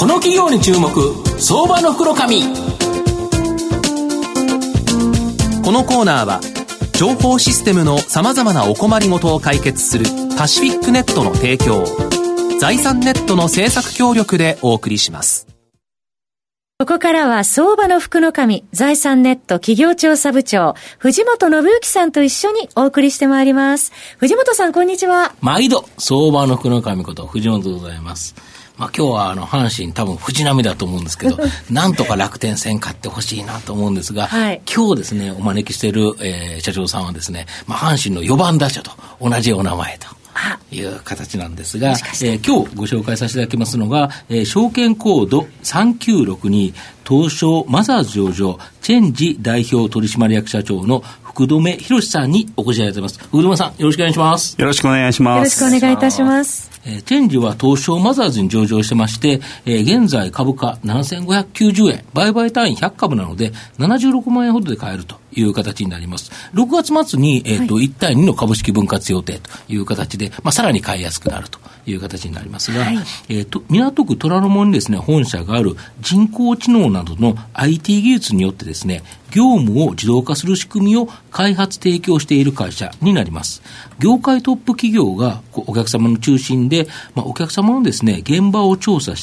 の企業に注目、相場の袋紙。 このコーナーは情報システムのさまざまなお困りごとを解決するパシフィックネットの提供、財産ネットの制作協力でお送りします。 ここからは相場の福の神、財産ネット企業調査部長藤本信之さんと一緒にお送りしてまいります。藤本さん、こんにちは。 毎度相場の福の神こと藤本でございます。今日は阪神多分藤波だと思うんですけどなんとか楽天戦勝ってほしいなと思うんですが、はい、今日ですねお招きしている、社長さんはですね、阪神の4番打者と同じお名前という形なんですが、今日ご紹介させていただきますのが、証券コード3962東証マザーズ上場チェンジ代表取締役社長の福留博さんにお越しいただいています。福留さん、よろしくお願いします。 よろしくお願いします。 よろしくお願いいたします。 チェンジは東証マザーズに上場してまして、現在株価7590円、売買単位100株なので76万円ほどで買えるという形になります。6月末に、1対2の株式分割予定という形で、さらに買いやすくなるという形になりますが、港区虎ノ門にですね、本社がある人工知能などの IT 技術によってですね、業務を自動化する仕組みを開発提供している会社になります。業界トップ企業がお客様の中心で、お客様のですね、現場を調査して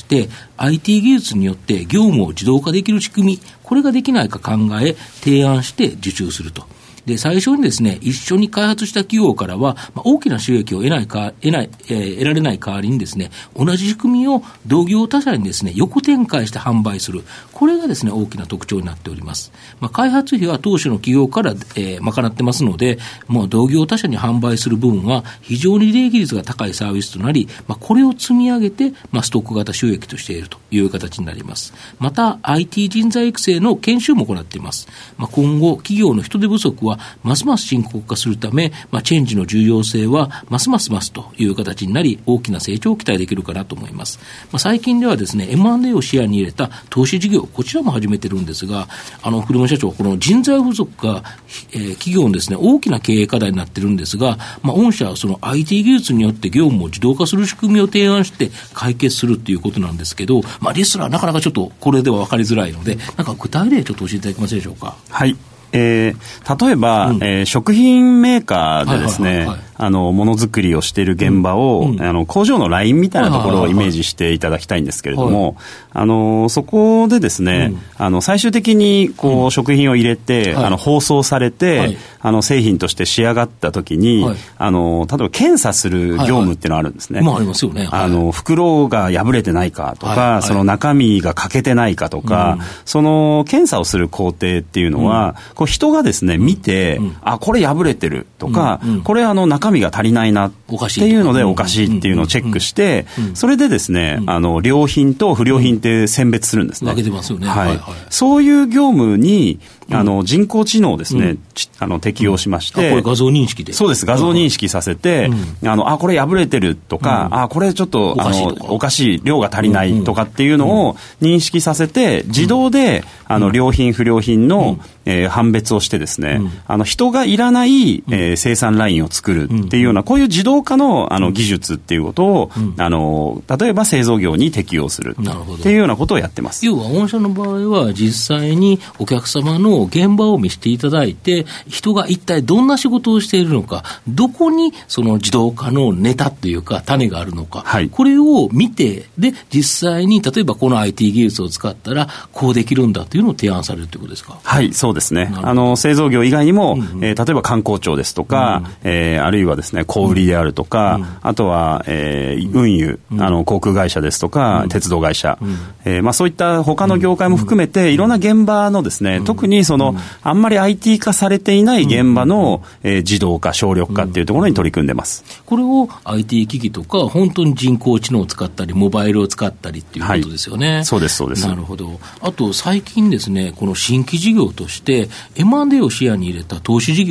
IT 技術によって業務を自動化できる仕組み、これができないか考え提案して受注すると。で、最初にですね、一緒に開発した企業からは、大きな収益を得られない代わりにですね、同じ仕組みを同業他社にですね、横展開して販売する。これがですね、大きな特徴になっております。開発費は当社の企業から、賄ってますので、もう同業他社に販売する部分は非常に利益率が高いサービスとなり、これを積み上げて、ストック型収益としているという形になります。また、IT 人材育成の研修も行っています。今後、企業の人手不足はますます深刻化するため、チェンジの重要性はますますという形になり、大きな成長を期待できるかなと思います。最近ではですね、M&A を視野に入れた投資事業、こちらも始めてるんですが、福留社長、この人材不足が、企業のですね、大きな経営課題になってるんですが、御社はその IT 技術によって業務を自動化する仕組みを提案して解決するということなんですけど、リスナーなかなかちょっとこれでは分かりづらいので、具体例ちょっと教えていただけますでしょうか。 はい。例えば、食品メーカーでですね、ものづくりをしている現場を、工場のラインみたいなところをイメージしていただきたいんですけれども、そこでですね、最終的に食品を入れて、包装されて、製品として仕上がった時に、例えば検査する業務っていうのがあるんですね。 ありますよね。 袋が破れてないかとか、その中身が欠けてないかとか、その検査をする工程っていうのは、人がですね、見て、これ破れてるとか、これ中身が足りないなっていうのでおかしいっていうのをチェックして、それでですね、良品と不良品って選別するんですね。 分けてますよね。 そういう業務に人工知能をですね、適用しまして、 これ画像認識で。 そうです、画像認識させて、これ破れてるとか、これちょっとおかしい、量が足りないとかっていうのを認識させて、自動で良品不良品の判別をしてですね、人がいらない生産ラインを作るっていうような、こういう自動化の技術っていうことを例えば製造業に適用するっていうようなことをやってます。 要は御社の場合は実際にお客様の現場を見せていただいて、人が一体どんな仕事をしているのか、どこにその自動化のネタというか種があるのか、これを見て、で実際に例えばこの IT 技術を使ったらこうできるんだというのを提案されるということですか。 はい、そうですね。製造業以外にも、例えば観光庁ですとか、あるいはですね、小売りであるとか、あとは、運輸、航空会社ですとか、鉄道会社、そういった他の業界も含めて、いろんな現場のですね、特にあんまり IT 化されていない現場の、自動化、省力化っていうところに取り組んでます。 これを IT 機器とか、本当に人工知能を使ったり、モバイルを使ったりっていうことですよね。 そうです、そうです。 なるほど。あと、最近ですね、この新規事業として、M&A を視野に入れた投資事業、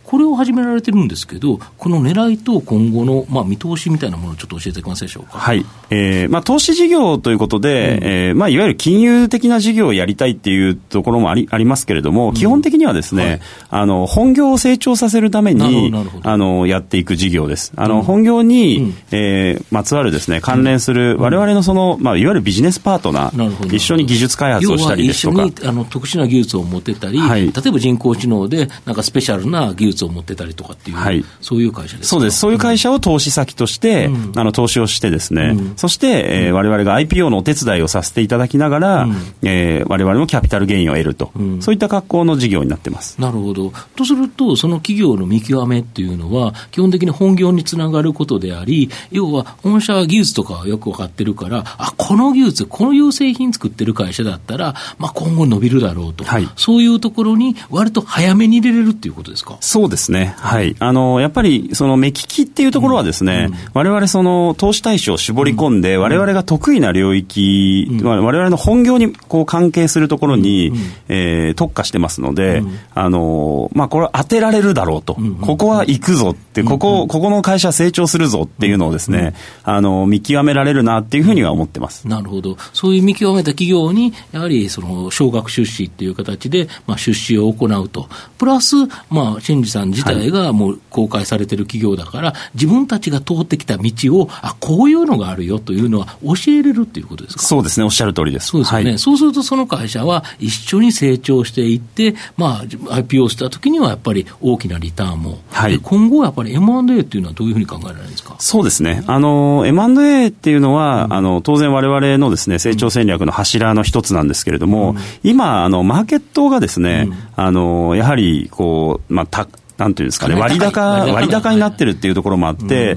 これを始められてるんですけど、この狙いと今後の、見通しみたいなものをちょっと教えていただけますでしょうか。 はい。投資事業ということで、いわゆる金融的な事業をやりたいっていうところもありますけれども、基本的にはですね、本業を成長させるために、やっていく事業です。本業に、まつわるですね、関連する我々のいわゆるビジネスパートナー、一緒に技術開発をしたりですとか。 一緒に特殊な技術を持ってたり、例えば人工知能でなんかスペシャルな技術を持ってたりとかっていう、そういう会社ですか。 そうです。そういう会社を投資先として、投資をしてですね、そして、我々が IPO のお手伝いをさせていただきながら、我々もキャピタルゲインを得ると、そういった格好の事業になってます。 なるほど。とすると、その企業の見極めっていうのは、基本的に本業につながることであり、要は、御社は技術とかはよく分かってるから、この技術、こういう製品作ってる会社だったら、今後伸びるだろうと、そういうところに割と早めに入れれるっていうことですか。 そうですね。はい。やっぱり、その目利きっていうところはですね、我々その投資対象を絞り込んで、我々が得意な領域、我々の本業にこう関係するところに、特化してますので、これは当てられるだろうと、ここは行くぞって、ここの会社は成長するぞっていうのをですね、見極められるなっていうふうには思ってます。 なるほど。そういう見極めた企業に、やはりその少額出資っていう形で、出資を行うと。プラス、新次さん自体がもう公開されている企業だから、自分たちが通ってきた道を、こういうのがあるよというのは教えれるっていうことですか。 そうですね。おっしゃる通りです。 そうですよね。そうするとその会社は一緒に成長していって、IPO した時にはやっぱり大きなリターンも。で今後はやっぱり M&A っていうのはどういうふうに考えられるんですか。 そうですね。M&A っていうのは、当然我々のですね、成長戦略の柱の一つなんですけれども、今、マーケットがですね、やはり、なんていうんですかね、割高になってるっていうところもあって、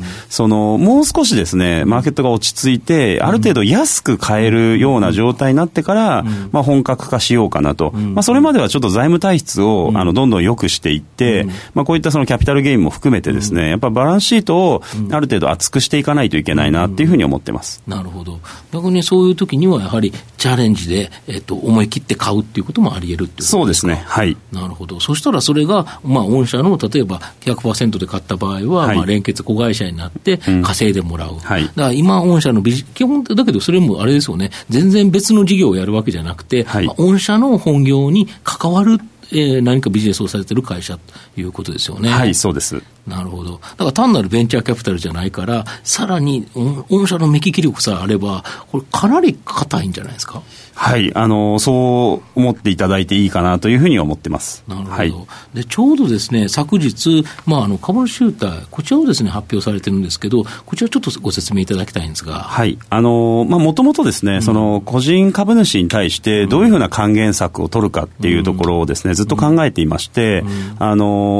もう少しですね、マーケットが落ち着いて、ある程度安く買えるような状態になってから、本格化しようかなと。それまではちょっと財務体質を、どんどん良くしていって、こういったそのキャピタルゲインも含めてですね、やっぱバランスシートをある程度厚くしていかないといけないなっていうふうに思ってます。 なるほど。逆にそういう時にはやはりチャレンジで、思い切って買うっていうこともあり得るっていうことですか。 そうですね。はい。 なるほど。そしたらそれが、御社の例えば 100% で買った場合は、連結子会社になって稼いでもらう。だから今、御社の基本だけど、それもあれですよね、全然別の事業をやるわけじゃなくて、御社の本業に関わる、何かビジネスをされている会社ということですよね。 はい、そうです。 なるほど。だから単なるベンチャーキャピタルじゃないから、さらに御社の目利き力さえあれば、これかなり硬いんじゃないですか。 はい、そう思っていただいていいかなというふうに思ってます。 なるほど。で、ちょうどですね、昨日、株主優待、こちらをですね、発表されてるんですけど、こちらちょっとご説明いただきたいんですが。はい。 もともとですね、その個人株主に対してどういうふうな還元策を取るかっていうところをですね、ずっと考えていまして、我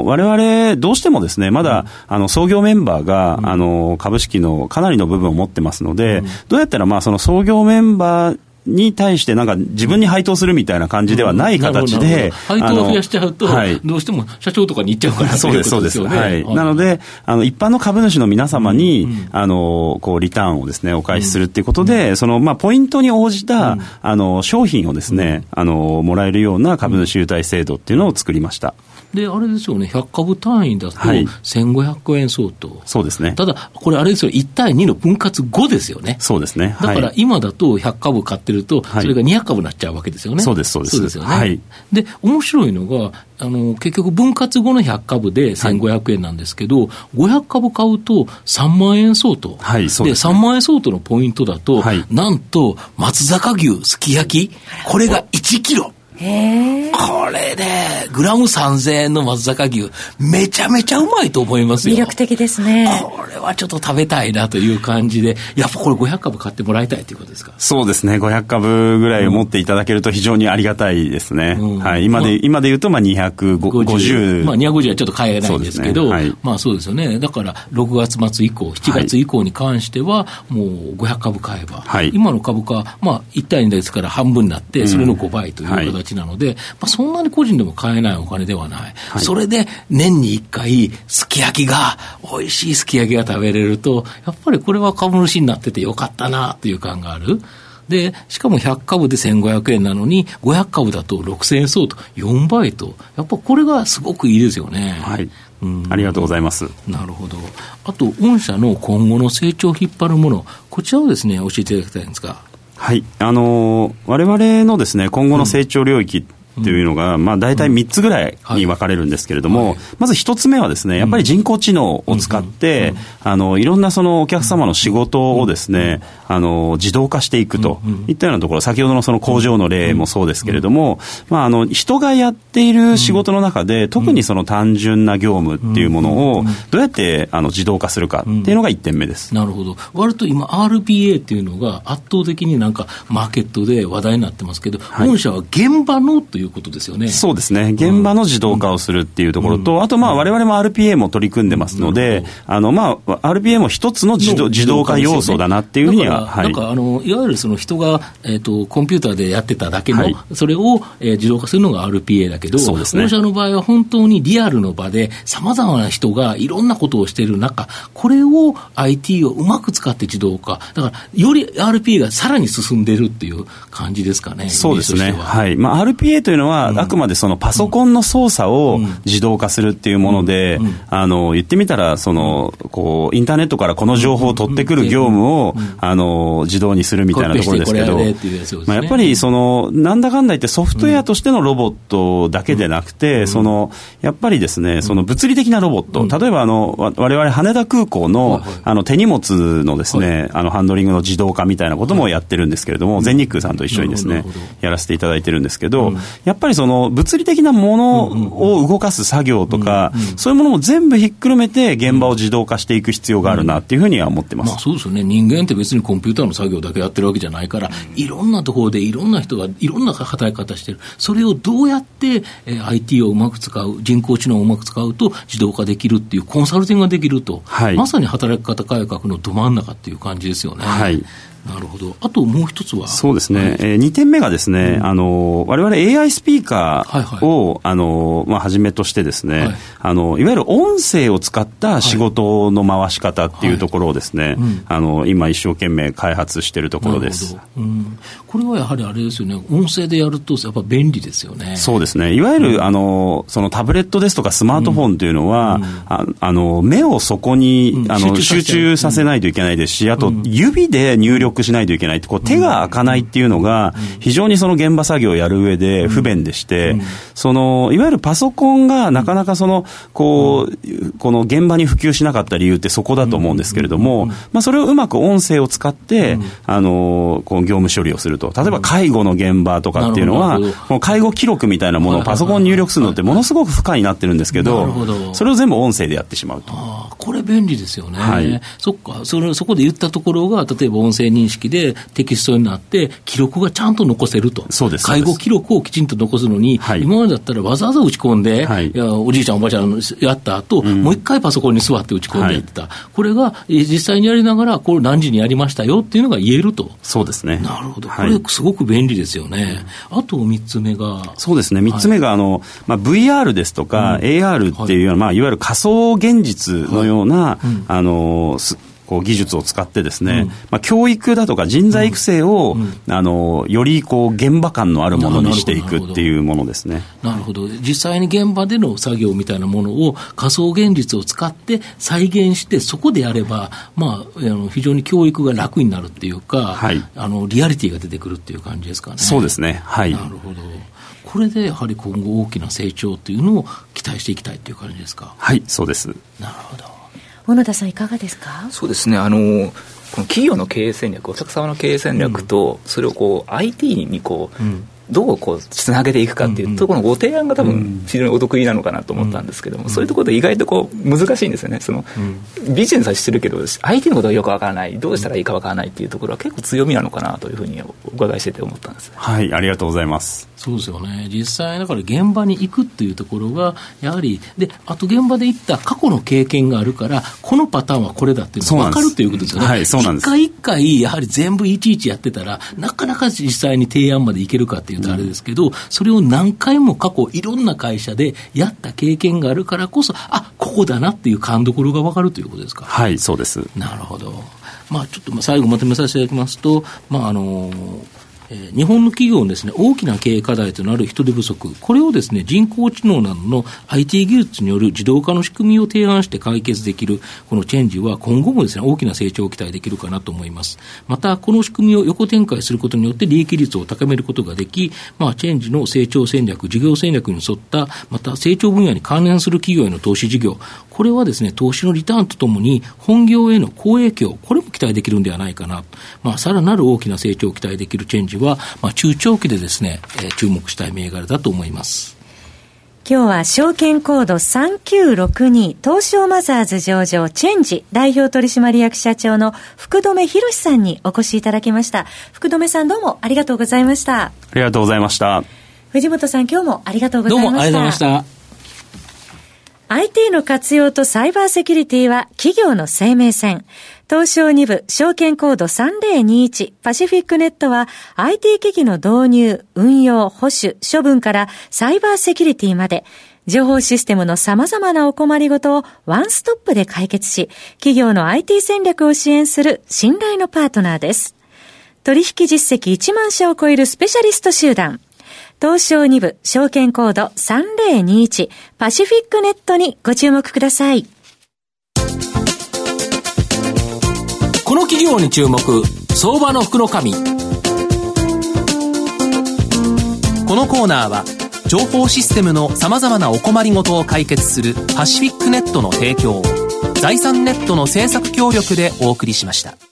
々どうしてもですね、まだ創業メンバーが株式のかなりの部分を持ってますので、どうやったらその創業メンバーに対してなんか自分に配当するみたいな感じではない形で、 配当を増やしちゃうと、どうしても社長とかに行っちゃうからそうです、そうです。はい。なので、一般の株主の皆様に、こう、リターンをですね、お返しするっていうことで、ポイントに応じた、商品をですね、もらえるような株主優待制度っていうのを作りました。 で、あれですよね、100株単位だと1500円相当。 そうですね。 ただ、これあれですよ、1対2の分割後ですよね。 そうですね。 だから今だと100株買ってると、それが200株になっちゃうわけですよね。 そうです、そうです。 そうですよね。で、面白いのが、結局分割後の100株で1500円なんですけど、500株買うと3万円相当。 はい、そうです。 で、3万円相当のポイントだと、なんと、松坂牛すき焼き、これが1キロ。これね、グラム3000円の松坂牛、めちゃめちゃうまいと思いますよ。 魅力的ですね。 これはちょっと食べたいなという感じで、やっぱこれ500株買ってもらいたいということですか。 そうですね。500株ぐらい持っていただけると非常にありがたいですね。はい。今で言うと、250。 250はちょっと買えないんですけど、そうですよね。だから、6月末以降、7月以降に関しては、もう500株買えば、今の株価、1対2ですから半分になって、それの5倍という形なので、そんなに個人でも買えないお金ではない。それで年に1回、すき焼きが、美味しいすき焼きが食べれると、やっぱりこれは株主になっててよかったなという感がある。で、しかも100株で1500円なのに、500株だと6000円相当、4倍と、やっぱこれがすごくいいですよね。 ありがとうございます。 なるほど。あと御社の今後の成長を引っ張るもの、こちらをですね教えていただきたいんですが。 はい、我々のですね今後の成長領域っていうのが、大体3つぐらいに分かれるんですけれども、まず1つ目はですね、やっぱり人工知能を使って、いろんなそのお客様の仕事をですね、自動化していくといったようなところ、先ほどのその工場の例もそうですけれども、人がやっている仕事の中で、特にその単純な業務っていうものをどうやって自動化するかっていうのが1点目です。 なるほど。割と今 RPA っていうのが圧倒的になんかマーケットで話題になってますけど、御社は現場のということですよね。 そうですね。現場の自動化をするっていうところと、あと我々も RPA も取り組んでますので、RPA も一つの自動化要素だなっていうふうには、 なんかいわゆるその人が、コンピューターでやってただけの、それを、自動化するのが RPA だけど、御社の場合は本当にリアルの場でさまざまな人がいろんなことをしている中、これを IT をうまく使って自動化、だからより RPA がさらに進んでるっていう感じですかね。 そうですね。はい。RPA というのは、あくまでそのパソコンの操作を自動化するっていうもので、言ってみたらそのインターネットからこの情報を取ってくる業務を、自動にするみたいなところですけど、やっぱりそのなんだかんだ言ってソフトウェアとしてのロボットだけでなくて、やっぱりですね、その物理的なロボット、例えば我々羽田空港の、手荷物のですね、ハンドリングの自動化みたいなこともやってるんですけれども、全日空さんと一緒にですねやらせていただいてるんですけど、やっぱりその物理的なものを動かす作業とか、そういうものも全部ひっくるめて現場を自動化していく必要があるなっていうふうには思ってます。 そうですよね。人間って別にコンピューターの作業だけやってるわけじゃないから、いろんなところでいろんな人がいろんな働き方してる。それをどうやって、IT をうまく使う、人工知能をうまく使うと自動化できるっていうコンサルティングができると、まさに働き方改革のど真ん中っていう感じですよね。なるほど。あともう一つは、 そうですね、2点目がですね、我々 AI スピーカーを、はじめとしてですね、いわゆる音声を使った仕事の回し方っていうところをですね、今一生懸命開発しているところです。 これはやはりあれですよね、音声でやるとやっぱ便利ですよね。 そうですね。いわゆる、そのタブレットですとかスマートフォンというのは、目をそこに集中させないといけないですし、あと指で入力しないといけないって、手が開かないっていうのが非常にその現場作業をやる上で不便でして、そのいわゆるパソコンがなかなかそのこの現場に普及しなかった理由ってそこだと思うんですけれども、それをうまく音声を使ってこう業務処理をすると。例えば介護の現場とかっていうのは、この介護記録みたいなものをパソコンに入力するのってものすごく負荷になってるんですけど、それを全部音声でやってしまうと。 これ便利ですよね。そっか。そこで言ったところが例えば音声認識でテキストになって記録がちゃんと残せると。 そうです。 介護記録をきちんと残すのに、今までだったらわざわざ打ち込んで、いやおじいちゃんおばあちゃんやった後、もう一回パソコンに座って打ち込んでやってた。これが実際にやりながらこれ何時にやりましたよっていうのが言えると。 そうですね。 なるほど。これすごく便利ですよね。あと3つ目が、 そうですね。3つ目がVR ですとか、AR っていうような、いわゆる仮想現実のような、技術を使ってですね、教育だとか人材育成を、より現場感のあるものにしていくっていうものですね。 なるほど。実際に現場での作業みたいなものを仮想現実を使って再現してそこでやれば、非常に教育が楽になるっていうか、リアリティが出てくるっていう感じですかね。 そうですね。なるほど。これでやはり今後大きな成長というのを期待していきたいという感じですか。 はい、そうです。 なるほど。 小野田さんいかがですか。 そうですね、この企業の経営戦略、お客様の経営戦略と、それをIT にどうつなげていくかっていうところのご提案が多分非常にお得意なのかなと思ったんですけども、そういうところで意外と難しいんですよね。ビジネスはしてるけど IT のことがよくわからない、どうしたらいいかわからないっていうところは結構強みなのかなというふうにお伺いしてて思ったんです。 はい、ありがとうございます。 そうですよね。実際だから現場に行くっていうところがやはりで、あと現場で行った過去の経験があるからこのパターンはこれだっていうのが分かるということですよね。 はい、そうなんです。 一回一回やはり全部いちいちやってたらなかなか実際に提案までいけるかっていうとあれですけど、それを何回も過去いろんな会社でやった経験があるからこそ、ここだなっていう勘どころが分かるということですか。 はい、そうです。 なるほど。ちょっと最後まとめさせていただきますと、 日本の企業のですね、大きな経営課題となる人手不足、これをですね、人工知能などの IT 技術による自動化の仕組みを提案して解決できるこのチェンジは今後もですね、大きな成長を期待できるかなと思います。またこの仕組みを横展開することによって利益率を高めることができ、チェンジの成長戦略、事業戦略に沿った、また成長分野に関連する企業への投資事業、これはですね、投資のリターンとともに本業への好影響、これも期待できるんではないかな。さらなる大きな成長を期待できるチェンジは、中長期でですね、注目したい銘柄だと思います。 今日は証券コード3962東証マザーズ上場チェンジ代表取締役社長の福留博さんにお越しいただきました。福留さん、どうもありがとうございました。 ありがとうございました。 藤本さん、今日もありがとうございました。 どうもありがとうございました。 IT の活用とサイバーセキュリティは企業の生命線。東証2部証券コード3021パシフィックネットは IT 機器の導入、運用、保守、処分からサイバーセキュリティまで情報システムの様々なお困りごとをワンストップで解決し、企業の IT 戦略を支援する信頼のパートナーです。取引実績1万社を超えるスペシャリスト集団。東証2部証券コード3021パシフィックネットにご注目ください。 この企業に注目、相場の福の神。このコーナーは情報システムのさまざまなお困りごとを解決するパシフィックネットの提供、財産ネットの制作協力でお送りしました。